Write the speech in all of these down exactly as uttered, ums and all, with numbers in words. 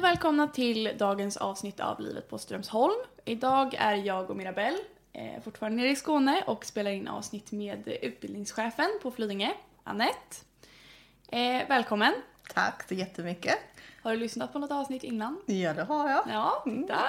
välkomna till dagens avsnitt av Livet på Strömsholm. Idag är jag och Mirabelle eh, fortfarande nere i Skåne och spelar in avsnitt med utbildningschefen på Flyinge, Annette. Eh, välkommen. Tack så jättemycket. Har du lyssnat på något avsnitt innan? Ja, det har jag. Ja, titta.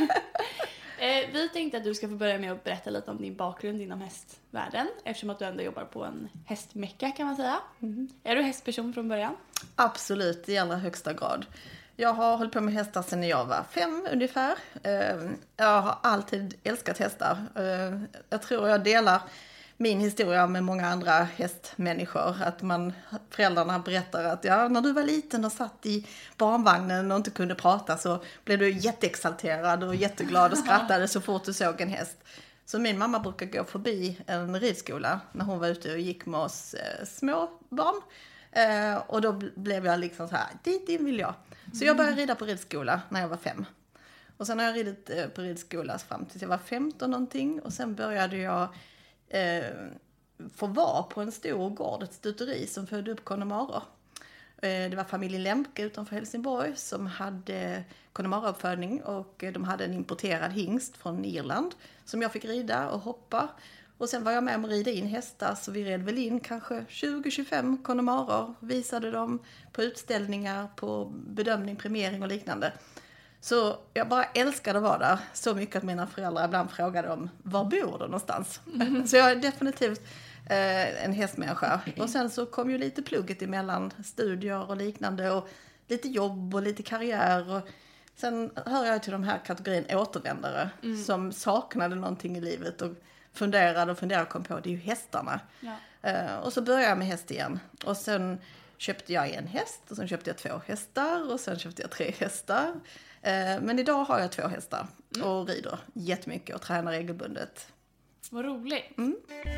eh, vi tänkte att du ska få börja med att berätta lite om din bakgrund inom hästvärlden. Eftersom att du ändå jobbar på en hästmecka kan man säga. Mm. Är du hästperson från början? Absolut, i allra högsta grad. Jag har hållit på med hästar sedan jag var fem ungefär. Jag har alltid älskat hästar. Jag tror jag delar min historia med många andra hästmänniskor. Att man, föräldrarna berättar att ja, när du var liten och satt i barnvagnen och inte kunde prata så blev du jätteexalterad och jätteglad och skrattade så fort du såg en häst. Så min mamma brukar gå förbi en ridskola när hon var ute och gick med oss små barn. Och då blev jag liksom så här, dit in vill jag. Så jag började rida på ridskola när jag var fem. Och sen har jag ridit på ridskola fram tills jag var femton någonting. Och sen började jag eh, få vara på en stor gård, ett stuteri som födde upp Connemara. Eh, det var familjen Lemke utanför Helsingborg som hade Connemara-uppfödning. Och de hade en importerad hingst från Irland som jag fick rida och hoppa. Och sen var jag med om att rida in hästar så vi red väl in kanske tjugo till tjugofem Connemara, visade dem på utställningar, på bedömning, premiering och liknande. Så jag bara älskade att vara där så mycket att mina föräldrar ibland frågade om var bor du någonstans. Mm. Så jag är definitivt eh, en hästmänniska. Och sen så kom ju lite plugget emellan studier och liknande och lite jobb och lite karriär och sen hör jag till de här kategorin återvändare mm. som saknade någonting i livet och funderade och funderade och kom på, det är ju hästarna. Ja. Uh, och så började jag med häst igen. Och sen köpte jag en häst och sen köpte jag två hästar och sen köpte jag tre hästar. Uh, men idag har jag två hästar mm. och rider jättemycket och tränar regelbundet. Vad roligt. Mm.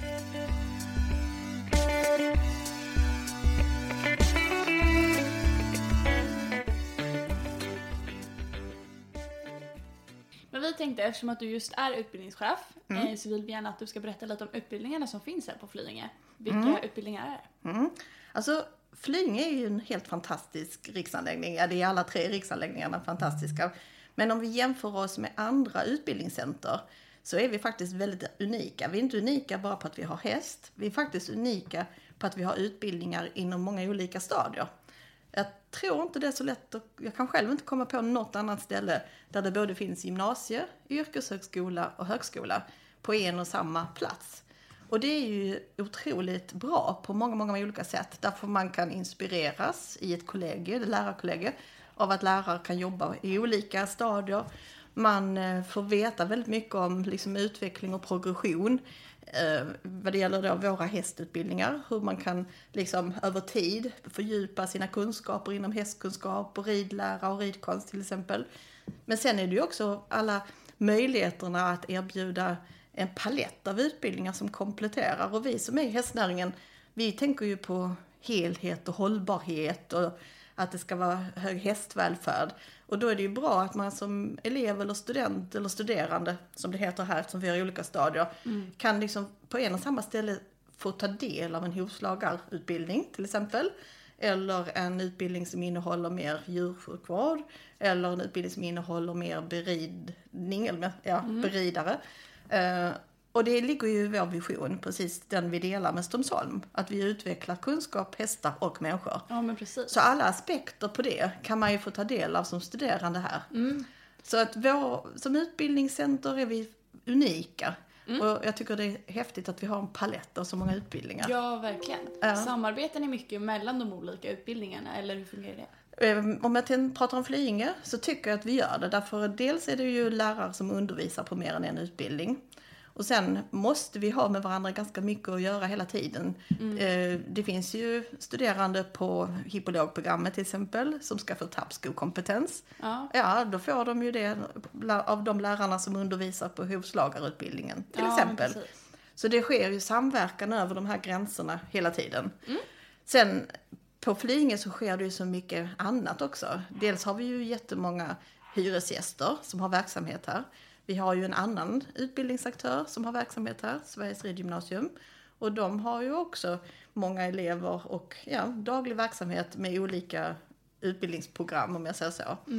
Men vi tänkte, eftersom att du just är utbildningschef mm. så vill vi gärna att du ska berätta lite om utbildningarna som finns här på Flyinge. Vilka mm. utbildningar är det? Mm. Alltså, Flyinge är ju en helt fantastisk riksanläggning. Ja, det är alla tre riksanläggningarna fantastiska. Men om vi jämför oss med andra utbildningscenter så är vi faktiskt väldigt unika. Vi är inte unika bara på att vi har häst. Vi är faktiskt unika på att vi har utbildningar inom många olika stadier. Jag tror inte det är så lätt, och jag kan själv inte komma på något annat ställe där det både finns gymnasie, yrkeshögskola och högskola på en och samma plats. Och det är ju otroligt bra på många, många olika sätt. Därför man kan inspireras i ett kollegie, ett lärarkollegie, av att lärare kan jobba i olika stadier. Man får veta väldigt mycket om liksom, utveckling och progression. Eh, vad det gäller då våra hästutbildningar, hur man kan liksom över tid fördjupa sina kunskaper inom hästkunskap och ridlära och ridkonst till exempel. Men sen är det ju också alla möjligheterna att erbjuda en palett av utbildningar som kompletterar, och vi som är i hästnäringen, vi tänker ju på helhet och hållbarhet och att det ska vara hög hästvälfärd. Och då är det ju bra att man som elev eller student eller studerande, som det heter här som vi har i olika stadier, mm. kan liksom på en och samma ställe få ta del av en hovslagarutbildning till exempel. Eller en utbildning som innehåller mer djursjukvård. Eller en utbildning som innehåller mer beridning, eller ja, mm. beridare. Uh, Och det ligger ju i vår vision, precis den vi delar med Strömsholm. Att vi utvecklar kunskap, hästar och människor. Ja, men precis. Så alla aspekter på det kan man ju få ta del av som studerande här. Mm. Så att vår, som utbildningscenter är vi unika. Mm. Och jag tycker det är häftigt att vi har en palett av så många utbildningar. Ja, verkligen. Ja. Samarbetar ni mycket mellan de olika utbildningarna, eller hur fungerar det? Om jag pratar om Flyinge så tycker jag att vi gör det. Därför dels är det ju lärare som undervisar på mer än en utbildning. Och sen måste vi ha med varandra ganska mycket att göra hela tiden. Mm. Det finns ju studerande på hippologprogrammet till exempel som ska få tappskokompetens. Ja. ja, då får de ju det av de lärarna som undervisar på hovslagarutbildningen till ja, exempel. Så det sker ju samverkan över de här gränserna hela tiden. Mm. Sen på Flyinge så sker det ju så mycket annat också. Dels har vi ju jättemånga hyresgäster som har verksamhet här. Vi har ju en annan utbildningsaktör som har verksamhet här, Sveriges ridgymnasium. Och de har ju också många elever och ja, daglig verksamhet med olika utbildningsprogram, om jag säger så. Mm.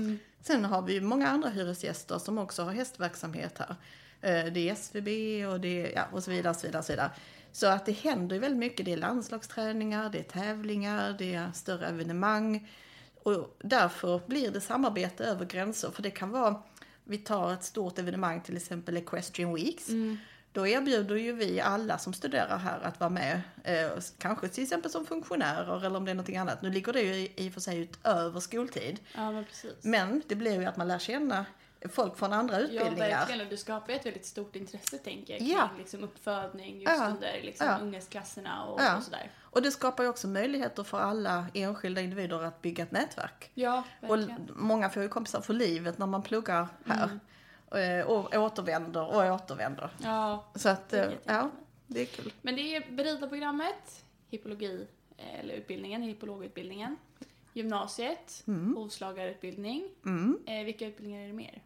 Sen har vi många andra hyresgäster som också har hästverksamhet här. Det är S V B och, det, ja, och så vidare, så vidare, så vidare. Så att det händer ju väldigt mycket. Det är landslagsträningar, det är tävlingar, det är större evenemang. Och därför blir det samarbete över gränser. För det kan vara, vi tar ett stort evenemang, till exempel Equestrian Weeks. Mm. Då erbjuder ju vi alla som studerar här att vara med. Eh, kanske till exempel som funktionärer eller om det är något annat. Nu ligger det ju i, i och för sig utöver skoltid. Ja, men precis. Men det blir ju att man lär känna folk från andra utbildningar. Ja, verkligen. Och du skapar ett väldigt stort intresse, tänker jag, kring ja. liksom uppfödning just ja. under liksom ja. ungdomsklasserna och, ja. och sådär. Och det skapar ju också möjligheter för alla enskilda individer att bygga ett nätverk. Ja, verkligen. Och många får ju kompisar för livet när man pluggar här. Mm. Och återvänder och återvänder. Ja, så att, det ja, det är kul. Men det är beridarprogrammet, hippologi, eller utbildningen, hippologutbildningen, gymnasiet, mm. hovslagarutbildning. Mm. Eh, vilka utbildningar är det mer?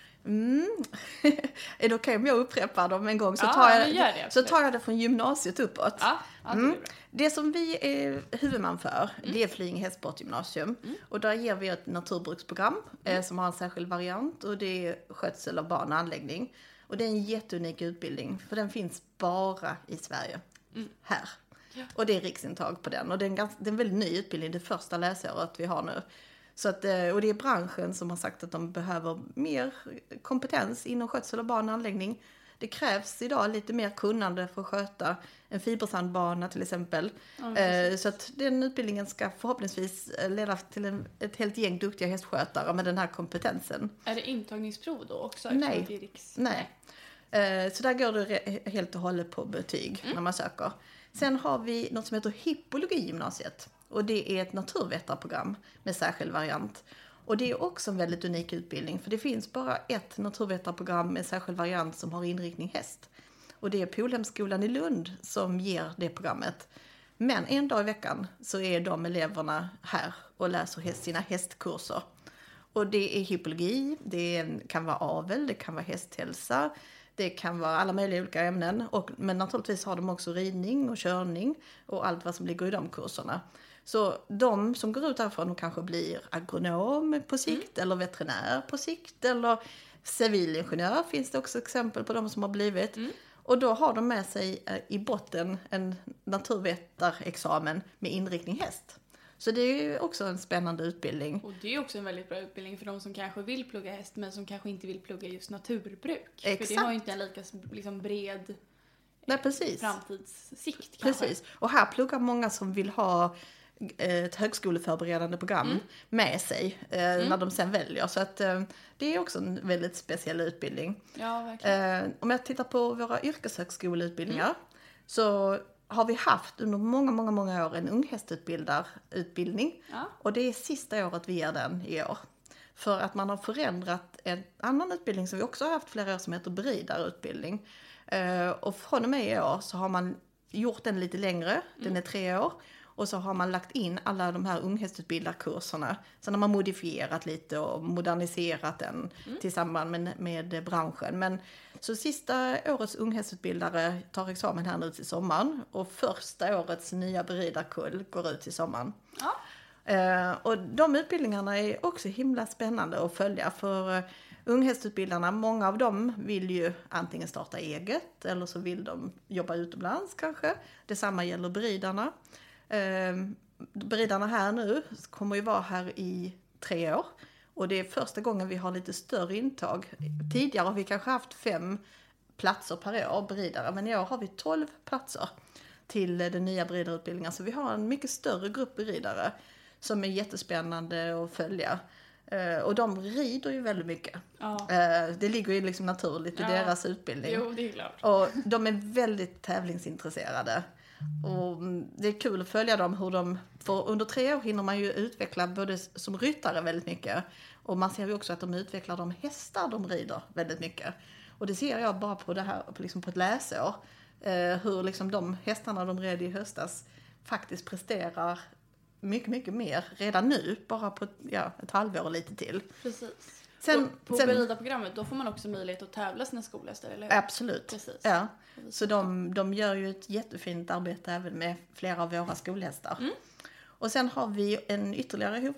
Mm. Är det okej om jag upprepar dem en gång så, ja, tar, jag, det, så tar jag det från gymnasiet uppåt. Ja, ja, det, mm. det som vi är huvudman för, mm. det är Flyinge hästsportgymnasium. Mm. Och där ger vi ett naturbruksprogram mm. eh, som har en särskild variant. Och det är skötsel av barn och anläggning. Och det är en jätteunik utbildning, för den finns bara i Sverige. Mm. Här. Ja. Och det är riksintag på den. Och det är en, ganska, det är en väldigt ny utbildning, det första läsåret vi har nu. Så att, och det är branschen som har sagt att de behöver mer kompetens inom skötsel av barn och anläggning. Det krävs idag lite mer kunnande för att sköta en fibersandbana till exempel. Ja, eh, så att den utbildningen ska förhoppningsvis leda till en, ett helt gäng duktiga hästskötare med den här kompetensen. Är det intagningsprov då också? Nej. Riks... Nej. Eh, så där går det helt och hållet på betyg mm. när man söker. Sen har vi något som heter hippologigymnasiet. Och det är ett naturvetarprogram med särskild variant. Och det är också en väldigt unik utbildning. För det finns bara ett naturvetarprogram med särskild variant som har inriktning häst. Och det är Polhemskolan i Lund som ger det programmet. Men en dag i veckan så är de eleverna här och läser häst, sina hästkurser. Och det är hippologi, det kan vara avel, det kan vara hästhälsa. Det kan vara alla möjliga olika ämnen. Och, men naturligtvis har de också ridning och körning och allt vad som ligger i de kurserna. Så de som går ut därifrån kanske blir agronom på sikt mm. eller veterinär på sikt eller civilingenjör finns det också exempel på de som har blivit. Mm. Och då har de med sig i botten en naturvetarexamen med inriktning häst. Så det är ju också en spännande utbildning. Och det är också en väldigt bra utbildning för de som kanske vill plugga häst men som kanske inte vill plugga just naturbruk. Exakt. För det har ju inte en lika liksom, bred Nej, precis. framtidssikt kanske. Precis. Och här pluggar många som vill ha ett högskoleförberedande program mm. med sig eh, mm. när de sen väljer. Så att eh, det är också en väldigt speciell utbildning. Ja, verkligen. Eh, om jag tittar på våra yrkeshögskoleutbildningar mm. så har vi haft under många, många, många år en unghästutbildarutbildning. Ja. Och det är sista året vi ger den i år. För att man har förändrat en annan utbildning som vi också har haft flera år som heter beridarutbildning. Eh, och från och med i år så har man gjort den lite längre. Mm. Den är tre år. Och så har man lagt in alla de här unghästutbildarkurserna. Sen har man modifierat lite och moderniserat den mm. tillsammans med, med branschen. Men så sista årets unghästutbildare tar examen här nu till sommaren. Och första årets nya beridarkull går ut till sommaren. Ja. Eh, och de utbildningarna är också himla spännande att följa. För uh, unghästutbildarna, många av dem vill ju antingen starta eget. Eller så vill de jobba utomlands kanske. Detsamma gäller beridarna. Eh, beridarna här nu kommer ju vara här i tre år och det är första gången vi har lite större intag. Tidigare har vi kanske haft fem platser per år beridare, men i år har vi tolv platser till den nya beridarutbildningen, så vi har en mycket större grupp beridare som är jättespännande att följa. Eh, och de rider ju väldigt mycket. Ja. Eh, det ligger ju liksom naturligt i ja. deras utbildning. Jo, det är klart. Och de är väldigt tävlingsintresserade. Och det är kul att följa dem hur de, för under tre år hinner man ju utveckla både som ryttare väldigt mycket, och man ser ju också att de utvecklar de hästar de rider väldigt mycket. Och det ser jag bara på det här, liksom på ett läsår, eh, hur liksom de hästarna de red i höstas faktiskt presterar mycket, mycket mer redan nu, bara på ja, ett halvår och lite till. Precis. Sen, på sen, beridarprogrammet, då får man också möjlighet att tävla sina skolhästar, eller hur? Absolut. Precis. Ja. Så de, de gör ju ett jättefint arbete även med flera av våra skolhästar. Mm. Och sen har vi en ytterligare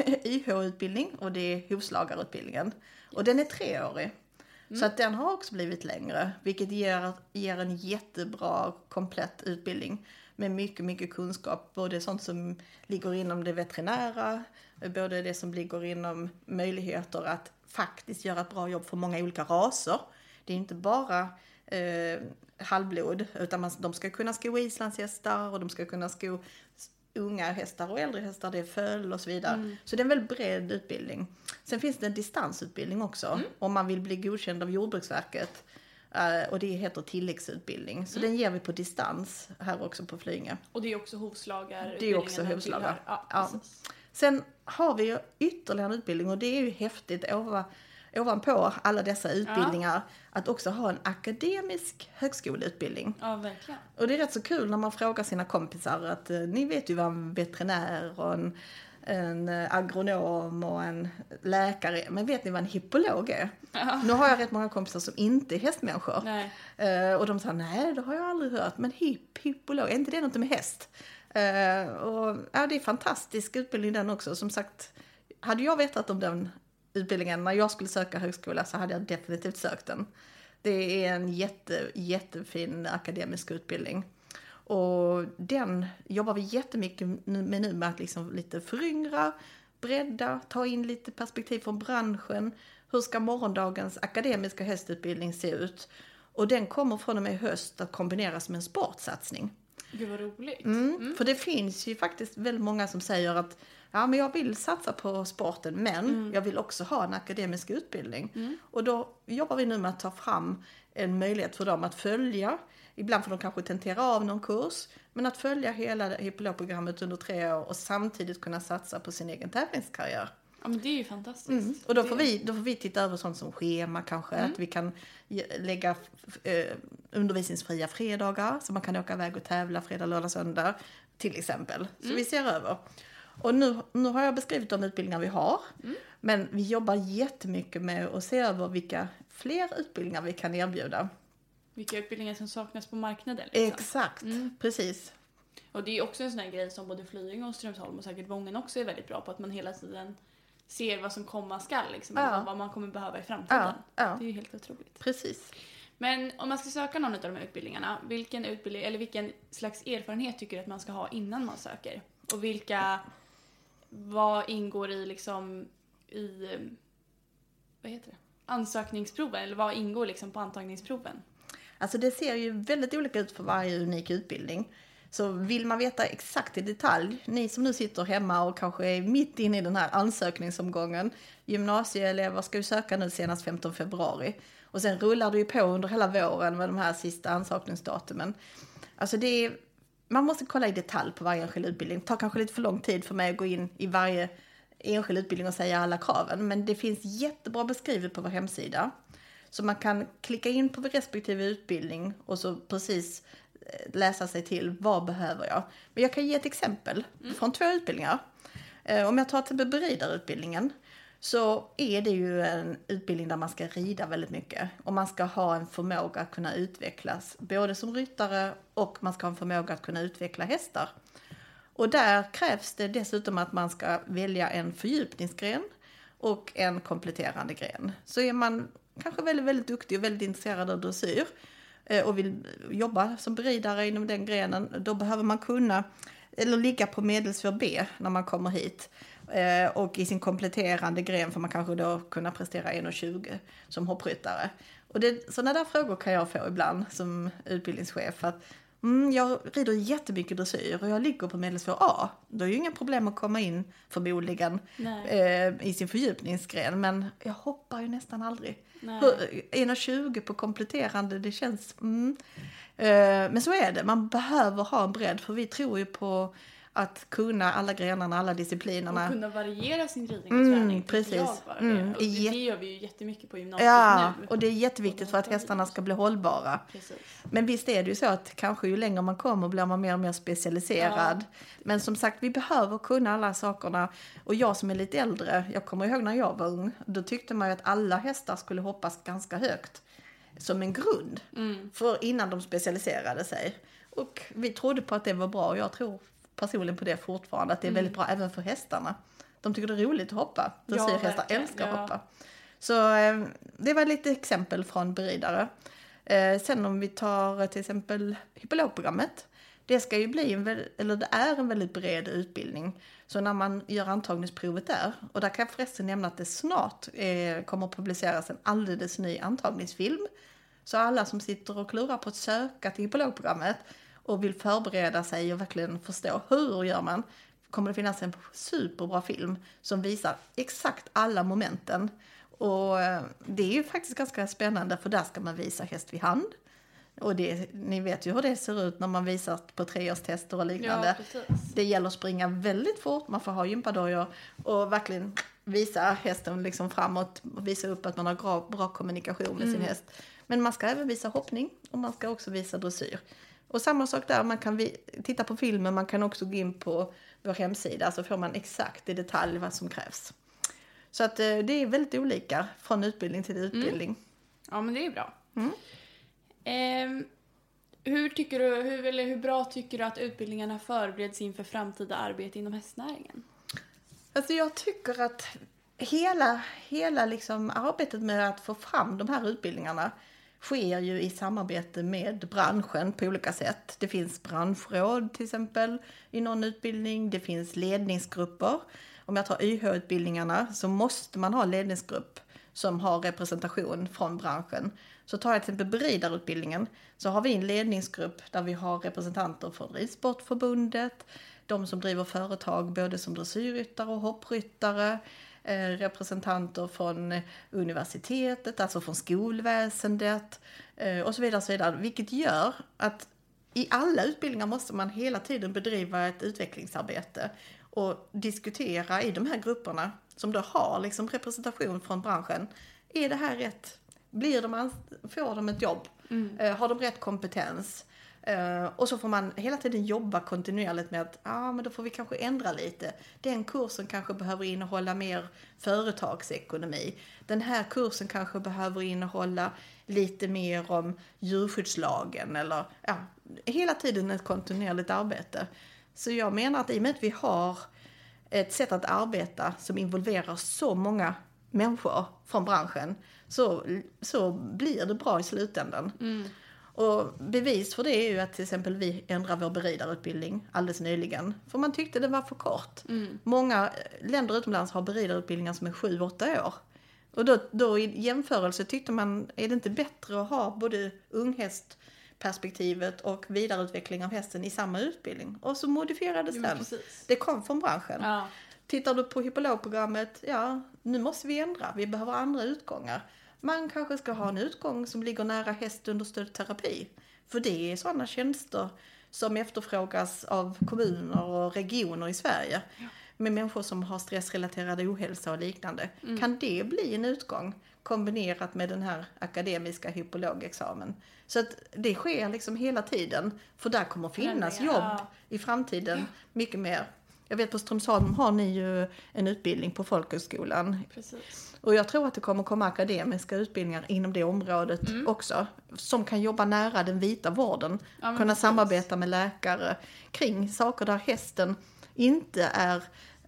Y H-utbildning och det är hovslagarutbildningen. Yes. Och den är treårig. Mm. Så att den har också blivit längre, vilket ger, ger en jättebra komplett utbildning med mycket, mycket kunskap. Både sånt som ligger inom det veterinära, både det som ligger inom möjligheter att faktiskt göra ett bra jobb för många olika raser. Det är inte bara eh, halvblod, utan man, de ska kunna sko islandshästar och de ska kunna sko unga hästar och äldre hästar, det är föl och så vidare. Mm. Så det är en väldigt bred utbildning. Sen finns det en distansutbildning också, mm. om man vill bli godkänd av Jordbruksverket. Uh, och det heter tilläggsutbildning. Så mm. den ger vi på distans här också på Flyinge. Och det är också hovslagar. Det är också hovslagar. Ja, ja. Sen har vi ju ytterligare en utbildning och det är ju häftigt ovan, ovanpå alla dessa utbildningar ja. Att också ha en akademisk högskoleutbildning. Ja, verkligen. Och det är rätt så kul när man frågar sina kompisar att uh, ni vet ju vad en veterinär och en en agronom och en läkare. Men vet ni vad en hippolog är? Ja. Nu har jag rätt många kompisar som inte är hästmänniskor. Nej. Uh, och de sa, nej det har jag aldrig hört. Men hipp, hippolog, är inte det något med häst? Uh, och, ja, det är fantastisk utbildning den också. Som sagt, hade jag vetat om den utbildningen när jag skulle söka högskola så hade jag definitivt sökt den. Det är en jätte, jättefin akademisk utbildning. Och den jobbar vi jättemycket med nu med att liksom lite föryngra, bredda, ta in lite perspektiv från branschen. Hur ska morgondagens akademiska hästutbildning se ut? Och den kommer från och med höst att kombineras med en sportsatsning. Gud vad roligt. Mm, mm. För det finns ju faktiskt väldigt många som säger att ja, men jag vill satsa på sporten men mm. jag vill också ha en akademisk utbildning. Mm. Och då jobbar vi nu med att ta fram en möjlighet för dem att följa. Ibland får de kanske tentera av någon kurs. Men att följa hela hippologprogrammet under tre år och samtidigt kunna satsa på sin egen tävlingskarriär. Ja, men det är ju fantastiskt. Mm. Och då får, vi, då får vi titta över sånt som schema kanske. Mm. Att vi kan lägga eh, undervisningsfria fredagar. Så man kan åka iväg och tävla fredag, lördag, söndag. Till exempel. Så mm. vi ser över. Och nu, nu har jag beskrivit de utbildningar vi har. Mm. Men vi jobbar jättemycket med att se över vilka fler utbildningar vi kan erbjuda. Vilka utbildningar som saknas på marknaden. Liksom. Exakt, mm. precis. Och det är också en sån här grej som både Flyinge och Strömsholm och säkert Wången också är väldigt bra på. Att man hela tiden ser vad som komma skall. Liksom, ja. Och vad man kommer behöva i framtiden. Ja. Ja. Det är ju helt otroligt. Precis. Men om man ska söka någon av de här utbildningarna. Vilken utbildning eller vilken slags erfarenhet tycker du att man ska ha innan man söker? Och vilka, vad ingår i liksom i, vad heter det? Ansökningsproven? Eller vad ingår liksom på antagningsproven? Alltså det ser ju väldigt olika ut för varje unik utbildning. Så vill man veta exakt i detalj, ni som nu sitter hemma och kanske är mitt inne i den här ansökningsomgången. Gymnasieelever ska ju söka nu senast femtonde februari. Och sen rullar det ju på under hela våren med de här sista ansökningsdatumen. Alltså det är, man måste kolla i detalj på varje enskild utbildning. Det tar kanske lite för lång tid för mig att gå in i varje enskild utbildning och säga alla kraven. Men det finns jättebra beskrivet på vår hemsida. Så man kan klicka in på respektive utbildning och så precis läsa sig till vad behöver jag. Men jag kan ge ett exempel mm. från två utbildningar. Om jag tar till beridarutbildningen så är det ju en utbildning där man ska rida väldigt mycket. Och man ska ha en förmåga att kunna utvecklas både som ryttare och man ska ha en förmåga att kunna utveckla hästar. Och där krävs det dessutom att man ska välja en fördjupningsgren och en kompletterande gren. Så är man kanske väldigt, väldigt duktig och väldigt intresserad av dressyr och vill jobba som beridare inom den grenen, då behöver man kunna eller ligga på medelsvår B när man kommer hit. Och i sin kompletterande gren får man kanske då kunna prestera en komma tjugo som hoppryttare. Och det, sådana där frågor kan jag få ibland som utbildningschef. Att mm, jag rider jättemycket dressyr och jag ligger på medelsvår A. Då är ju inga problem att komma in förmodligen eh, i sin fördjupningsgren. Men jag hoppar ju nästan aldrig. en komma tjugo på kompletterande, det känns... Mm. Eh, men så är det. Man behöver ha en bredd för vi tror ju på att kunna alla grenarna, alla disciplinerna. Och kunna variera sin ridning och träning. Mm, precis. Jag bara mm. det. Och det, det gör vi ju jättemycket på gymnasiet ja, nu. Och det är jätteviktigt för att hästarna ska bli hållbara. Precis. Men visst är det ju så att kanske ju längre man kommer blir man mer och mer specialiserad. Ja. Men som sagt, vi behöver kunna alla sakerna. Och jag som är lite äldre, jag kommer ihåg när jag var ung. Då tyckte man ju att alla hästar skulle hoppas ganska högt. Som en grund. Mm. För innan de specialiserade sig. Och vi trodde på att det var bra. Och jag tror personligen på det fortfarande, att det är Mm. väldigt bra även för hästarna. De tycker det är roligt att hoppa. Dressyrhästar verkligen. älskar att Ja. hoppa. Så eh, det var lite exempel från beridare. Eh, sen om vi tar till exempel hippologprogrammet. Det ska ju bli en, väl- eller det är en väldigt bred utbildning. Så när man gör antagningsprovet där, och där kan jag förresten nämna att det snart eh, kommer att publiceras en alldeles ny antagningsfilm. Så alla som sitter och klurar på att söka till hippologprogrammet och vill förbereda sig och verkligen förstå hur gör man, kommer det finnas en superbra film som visar exakt alla momenten. Och eh, det är ju faktiskt ganska spännande, för där ska man visa häst vid hand. Och det, ni vet ju hur det ser ut när man visar på treårstester och liknande. Ja, precis. Det gäller att springa väldigt fort, man får ha gympadojor och verkligen visa hästen liksom framåt och visa upp att man har bra, bra kommunikation med sin Mm. häst. Men man ska även visa hoppning och man ska också visa dressyr. Och samma sak där, man kan vi, titta på filmen, man kan också gå in på vår hemsida, så får man exakt i detalj vad som krävs. Så att eh, det är väldigt olika från utbildning till utbildning. Ja, men det är bra. Mm. Ehm, hur, tycker du, hur, eller hur bra tycker du att utbildningarna förbereds inför framtida arbete inom hästnäringen? Alltså jag tycker att hela, hela liksom arbetet med att få fram de här utbildningarna sker ju i samarbete med branschen på olika sätt. Det finns branschråd till exempel i någon utbildning. Det finns ledningsgrupper. Om jag tar Y H-utbildningarna så måste man ha ledningsgrupp som har representation från branschen. Så tar jag till exempel beridarutbildningen, så har vi en ledningsgrupp där vi har representanter från Ridsportförbundet, de som driver företag både som dressyrryttare och hoppryttare, eh, representanter från universitetet, alltså från skolväsendet eh, och så vidare, och så vidare. Vilket gör att i alla utbildningar måste man hela tiden bedriva ett utvecklingsarbete och diskutera i de här grupperna som då har liksom representation från branschen. Är det här rätt? Blir de anst- får de ett jobb? Mm. Eh, har de rätt kompetens? Eh, och så får man hela tiden jobba kontinuerligt med att ah, men då får vi kanske ändra lite. Den kursen kanske behöver innehålla mer företagsekonomi. Den här kursen kanske behöver innehålla lite mer om djurskyddslagen. Eller, ja, hela tiden ett kontinuerligt arbete. Så jag menar att i och med att vi har ett sätt att arbeta som involverar så många människor från branschen, så, så blir det bra i slutändan. Mm. Och bevis för det är ju att till exempel vi ändrar vår beridarutbildning alldeles nyligen. För man tyckte det var för kort. Mm. Många länder utomlands har beridarutbildningar som är sju åtta år. Och då, då i jämförelse tyckte man, är det inte bättre att ha både unghästperspektivet och vidareutveckling av hästen i samma utbildning? Och så modifierades Jo, den. precis. Det kom från branschen. Ja. Tittar du på hippologprogrammet, ja, nu måste vi ändra. Vi behöver andra utgångar. Man kanske ska ha en utgång som ligger nära hästunderstödd terapi. För det är sådana tjänster som efterfrågas av kommuner och regioner i Sverige. Ja. Med människor som har stressrelaterad ohälsa och liknande. Mm. Kan det bli en utgång kombinerat med den här akademiska hippologexamen? Så att det sker liksom hela tiden. För där kommer finnas Förändringar, jobb ja. i framtiden mycket mer. Jag vet på Strömsholm har ni ju en utbildning på folkhögskolan. Precis. Och jag tror att det kommer komma akademiska utbildningar inom det området Mm. också. Som kan jobba nära den vita vården. Ja, men kunna precis. samarbeta med läkare kring saker där hästen inte är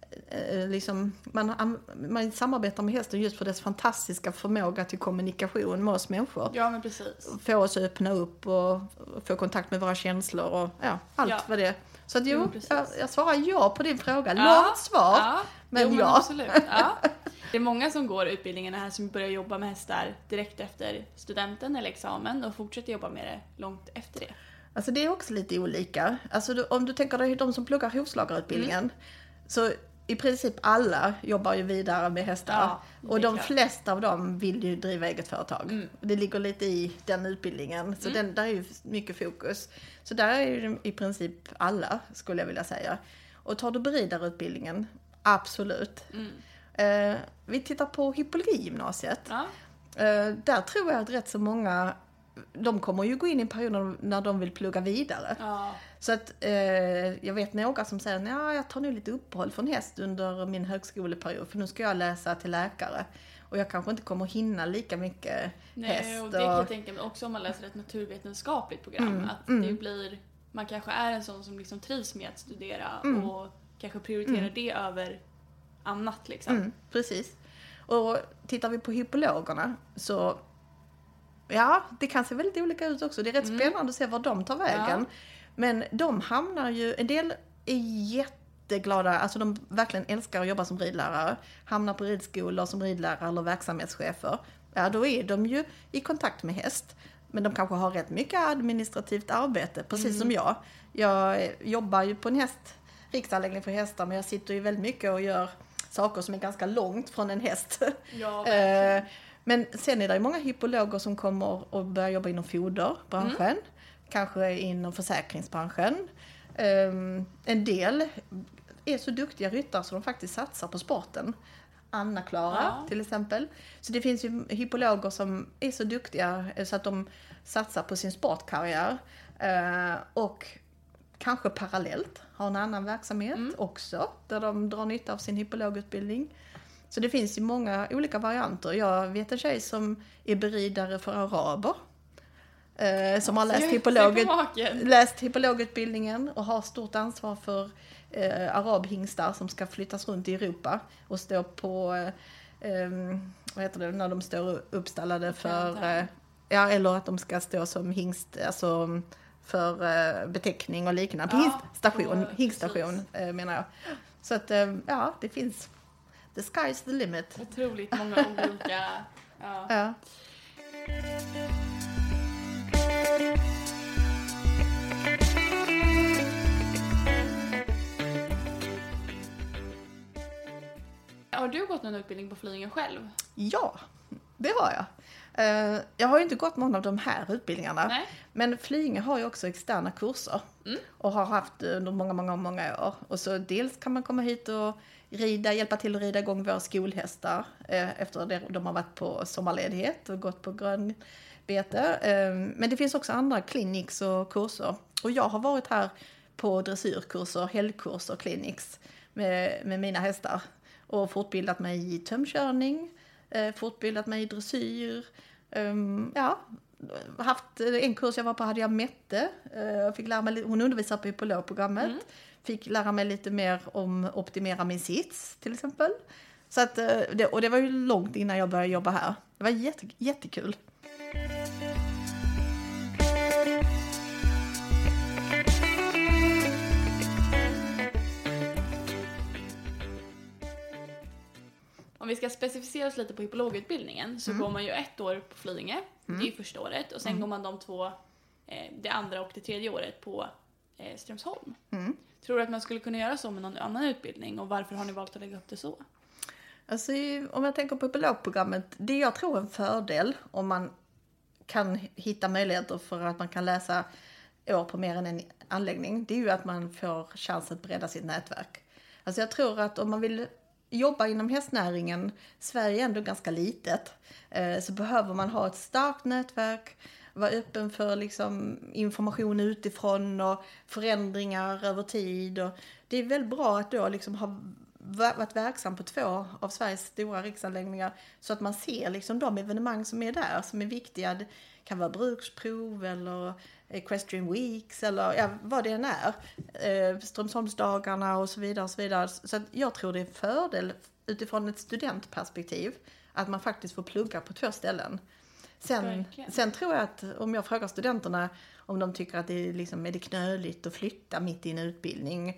eh, liksom, man, man samarbetar med hästen just för dess fantastiska förmåga till kommunikation med oss människor. Ja, men precis. Få oss att öppna upp och få kontakt med våra känslor och ja, allt Ja. vad det är. Så att jo, Jo, precis. jag, jag svarar ja på din fråga. Ja. Långt svar, Ja, men jo, men ja. absolut. Ja. Det är många som går utbildningarna här som börjar jobba med hästar direkt efter studenten eller examen och fortsätter jobba med det långt efter det. Alltså det är också lite olika. Alltså du, om du tänker dig de som pluggar hovslagarutbildningen. Mm. Så i princip alla jobbar ju vidare med hästar. Ja, det är och de klart. flesta av dem vill ju driva eget företag. Mm. Det ligger lite i den utbildningen. Så Mm. den, där är ju mycket fokus. Så där är ju i princip alla, skulle jag vilja säga. Och tar du beridarutbildningen, absolut. Mm. Eh, vi tittar på hippologigymnasiet. Ja. Eh, där tror jag att rätt så många, de kommer ju gå in i en period när de vill plugga vidare. Ja. Så att eh, jag vet några som säger, ja, jag tar nu lite uppehåll från häst under min högskoleperiod för nu ska jag läsa till läkare. Och jag kanske inte kommer hinna lika mycket Nej, häst. och det kan jag tänka mig också om man läser ett naturvetenskapligt program. Mm, Att mm. det blir man kanske är en sån som liksom trivs med att studera Mm. och kanske prioriterar Mm. det över annat liksom. Mm, precis. Och tittar vi på hypologerna så ja, det kan se väldigt olika ut också. Det är rätt Mm. spännande att se var de tar vägen. Ja. Men de hamnar ju, en del är jätteglada, alltså de verkligen älskar att jobba som ridlärare. Hamnar på ridskolor som ridlärare eller verksamhetschefer. Ja, då är de ju i kontakt med häst. Men de kanske har rätt mycket administrativt arbete, precis Mm. som jag. Jag jobbar ju på en häst, riksanläggning för hästar, men jag sitter ju väldigt mycket och gör saker som är ganska långt från en häst. Ja, verkligen. Eh, Men sen är det ju många hypologer som kommer och börjar jobba inom foderbranschen. Mm. Kanske inom försäkringsbranschen. Um, en del är så duktiga ryttare så de faktiskt satsar på sporten. Anna-Klara Ja. till exempel. Så det finns ju hypologer som är så duktiga så att de satsar på sin sportkarriär. Uh, och kanske parallellt har en annan verksamhet Mm. också. Där de drar nytta av sin hypologutbildning. Så det finns ju många olika varianter. Jag vet en tjej som är beridare för araber. Eh, som har läst, hypolog, läst hypologutbildningen och har stort ansvar för eh, arabhingstar som ska flyttas runt i Europa. Och stå på, eh, eh, vad heter det, när de står uppstallade för, eh, ja, eller att de ska stå som hingst, alltså för eh, beteckning och liknande. På Ja, hingststation, på- hingststation eh, menar jag. Så att, eh, ja, det finns. The sky's the limit. Otroligt många olika... Ja. Ja. Har du gått någon utbildning på Flyinge själv? Ja, det har jag. Eh, Jag har ju inte gått någon av de här utbildningarna. Nej. Men Flyinge har ju också externa kurser. Mm. Och har haft under många, många, många år. Och så dels kan man komma hit och rida, hjälpa till att rida igång våra skolhästar. eh, Efter det de har varit på sommarledighet och gått på grönbete. Eh, Men det finns också andra clinics och kurser. Och jag har varit här på dressyrkurser, helgkurser, clinics med, med mina hästar. Och fortbildat mig i tömkörning, eh, fortbildat mig i dressyr. Um, ja, haft en kurs jag var på hade jag Mette. Uh, fick lära mig, hon undervisar på hypologprogrammet. Mm. Fick lära mig lite mer om optimera min sits till exempel. Så att, uh, det, och det var ju långt innan jag började jobba här. Det var jätte, jättekul. Om vi ska specificera oss lite på hypologutbildningen så Mm. går man ju ett år på Flyinge, Mm. det är ju första året, och sen Mm. går man de två, eh, det andra och det tredje året på eh, Strömsholm. Mm. Tror du att man skulle kunna göra så med någon annan utbildning, och varför har ni valt att lägga upp det så? Alltså, om jag tänker på hypologprogrammet, det jag tror är en fördel om man kan hitta möjligheter för att man kan läsa år på mer än en anläggning, det är ju att man får chans att bredda sitt nätverk. Alltså jag tror att om man vill jobba inom hästnäringen, Sverige är ändå ganska litet, eh, så behöver man ha ett starkt nätverk, vara öppen för liksom information utifrån och förändringar över tid. Och det är väldigt bra att då liksom ha varit verksam på två av Sveriges stora riksanläggningar så att man ser liksom de evenemang som är där, som är viktiga. Det kan vara bruksprov eller Equestrian Weeks eller ja, vad det än är. Eh, Strömsholmsdagarna och så vidare och så vidare. Så att jag tror det är en fördel utifrån ett studentperspektiv att man faktiskt får plugga på två ställen. Sen, sen tror jag att om jag frågar studenterna om de tycker att det är, liksom, är det knöligt att flytta mitt i en utbildning,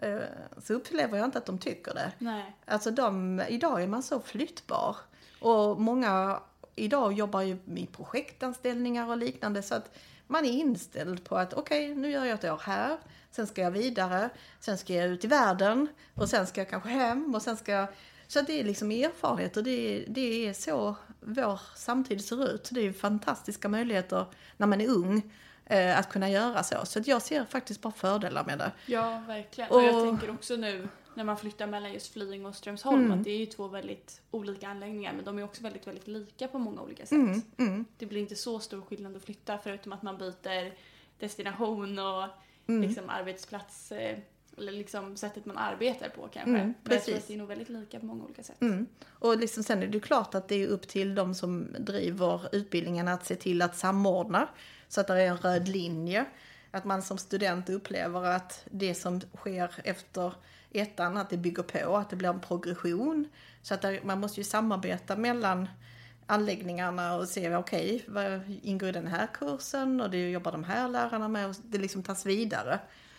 så upplever jag inte att de tycker det. Nej. Alltså de, idag är man så flyttbar. Och många idag jobbar ju i projektanställningar och liknande, så att man är inställd på att okej, okay, nu gör jag ett år här, sen ska jag vidare, sen ska jag ut i världen och sen ska jag kanske hem och sen ska jag... Så det är liksom erfarenhet och det, det är så vår samtid ser ut. Det är fantastiska möjligheter när man är ung eh, att kunna göra så. Så att jag ser faktiskt bara fördelar med det. Ja, verkligen. Och, och jag tänker också nu när man flyttar mellan just Flyinge och Strömsholm mm. att det är ju två väldigt olika anläggningar, men de är också väldigt, väldigt lika på många olika sätt. Mm, mm. Det blir inte så stor skillnad att flytta förutom att man byter destination och mm. liksom arbetsplats eh, eller liksom sättet man arbetar på kanske. Mm, men jag tror att det är nog väldigt lika på många olika sätt. Mm. Och liksom sen är det klart att det är upp till de som driver utbildningen att se till att samordna så att det är en röd linje. Att man som student upplever att det som sker efter ettan, att det bygger på, att det blir en progression. Så att det, man måste ju samarbeta mellan anläggningarna och se, okej, okay, vad ingår i den här kursen och det jobbar de här lärarna med och det liksom tas vidare.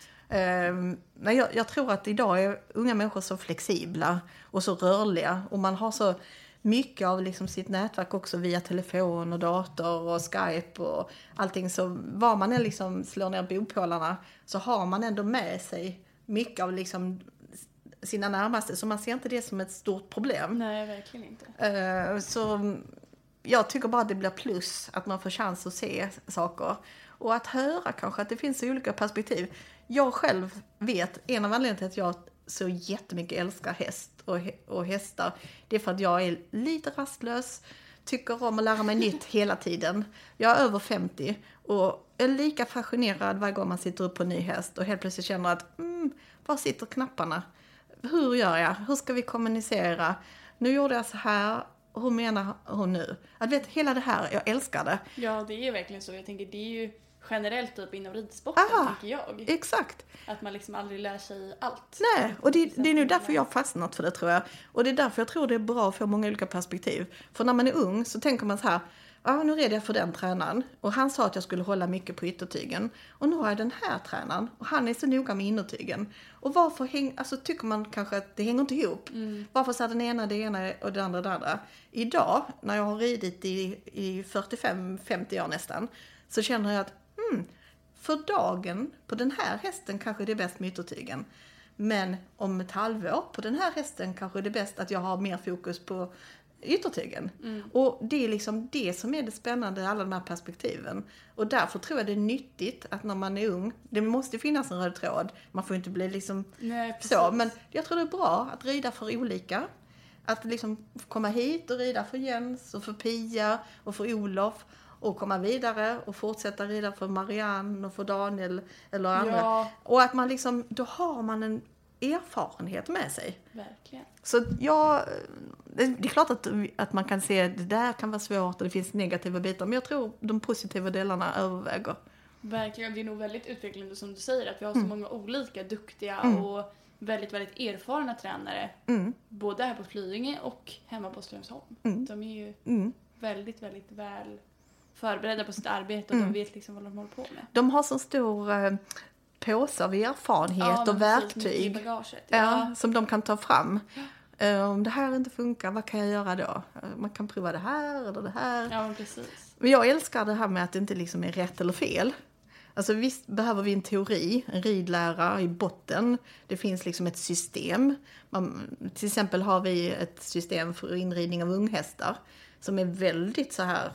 Um, men jag, jag tror att idag är unga människor så flexibla och så rörliga och man har så mycket av liksom sitt nätverk också via telefon och dator och Skype och allting, så var man än liksom slår ner bopålarna så har man ändå med sig mycket av liksom sina närmaste, så man ser inte det som ett stort problem. Nej, verkligen inte. Uh, så jag tycker bara att det blir plus att man får chans att se saker och att höra kanske att det finns olika perspektiv. Jag själv vet, en av anledningarna till att jag så jättemycket älskar häst och, och hästar, det är för att jag är lite rastlös, tycker om att lära mig nytt hela tiden. Jag är över femtio och är lika fascinerad varje gång man sitter upp på en ny häst och helt plötsligt känner att mm, var sitter knapparna? Hur gör jag? Hur ska vi kommunicera? Nu gjorde jag så här. Hur menar hon nu? Att vet, hela det här, jag älskar det. Ja, det är verkligen så. Jag tänker, det är ju generellt typ inom ridsporten, Aha, tänker jag. Exakt. Att man liksom aldrig lär sig allt. Nej, och det, det är nu därför jag har fastnat för det, tror jag. Och det är därför jag tror det är bra att få många olika perspektiv. För när man är ung så tänker man så här, ja, nu red jag för den tränaren. Och han sa att jag skulle hålla mycket på yttertygen. Och nu har jag den här tränaren. Och han är så noga med innertygen. Och varför häng, alltså, tycker man kanske att det hänger inte ihop. Mm. Varför så den ena det ena och det andra det andra. Idag, när jag har ridit i, i fyrtiofem femtio år nästan, så känner jag att hmm, för dagen på den här hästen kanske det är bäst med yttertygen. Men om ett halvår på den här hästen kanske det är bäst att jag har mer fokus på yttertygen. Mm. Och det är liksom det som är det spännande i alla de här perspektiven. Och därför tror jag det är nyttigt att när man är ung, det måste finnas en röd tråd. Man får inte bli liksom Nej, så. Men jag tror det är bra att rida för olika. Att liksom komma hit och rida för Jens och för Pia och för Olof. Och komma vidare och fortsätta rida för Marianne och för Daniel eller andra. Ja. Och att man liksom, då har man en erfarenhet med sig. Verkligen. Så jag, det är klart att, att man kan se att det där kan vara svårt och det finns negativa bitar. Men jag tror de positiva delarna överväger. Verkligen, det är nog väldigt utvecklande som du säger. Att vi har så mm. många olika duktiga mm. och väldigt, väldigt erfarna tränare. Mm. Både här på Flyinge och hemma på Strömsholm. Mm. De är ju mm. väldigt, väldigt väl förberedda på sitt arbete och mm. de vet liksom vad de håller på med. De har så stor eh, påse av erfarenhet ja, och verktyg bagaget, ja. Ja, som de kan ta fram. Uh, om det här inte funkar, vad kan jag göra då? Uh, man kan prova det här eller det här. Ja, precis. Men jag älskar det här med att det inte liksom är rätt eller fel. Alltså visst behöver vi en teori, en ridlära i botten. Det finns liksom ett system. Man, till exempel har vi ett system för inridning av unghästar som är väldigt så här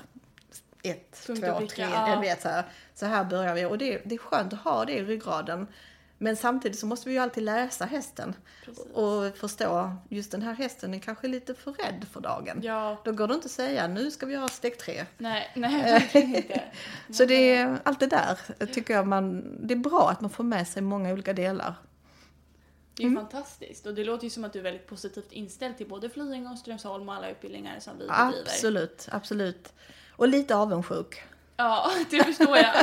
ett, Funkt två, tre, ja. jag vet så här, så här börjar vi. Och det, det är skönt att ha det i ryggraden. Men samtidigt så måste vi ju alltid läsa hästen. Precis. Och förstå, just den här hästen är kanske lite för rädd för dagen. Ja. Då går det inte att säga, nu ska vi göra steg tre. Nej, nej, verkligen inte. Så det är allt det där, tycker jag man, det är bra att man får med sig många olika delar. Det är ju mm. fantastiskt. Och det låter ju som att du är väldigt positivt inställd till både Flyinge och Strömsholm och alla utbildningar som vi bedriver. Absolut, absolut. Och lite avundsjuk. Ja, det förstår jag.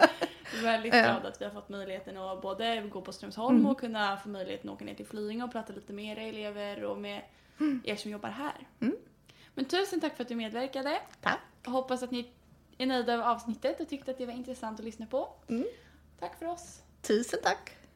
Väldigt glad att vi har fått möjligheten att både gå på Strömsholm mm. och kunna få möjligheten att åka ner till Flyinge och prata lite med era elever och med mm. er som jobbar här. Mm. Men tusen tack för att du medverkade. Tack. Och hoppas att ni är nöjda av avsnittet och tyckte att det var intressant att lyssna på. Mm. Tack för oss. Tusen tack.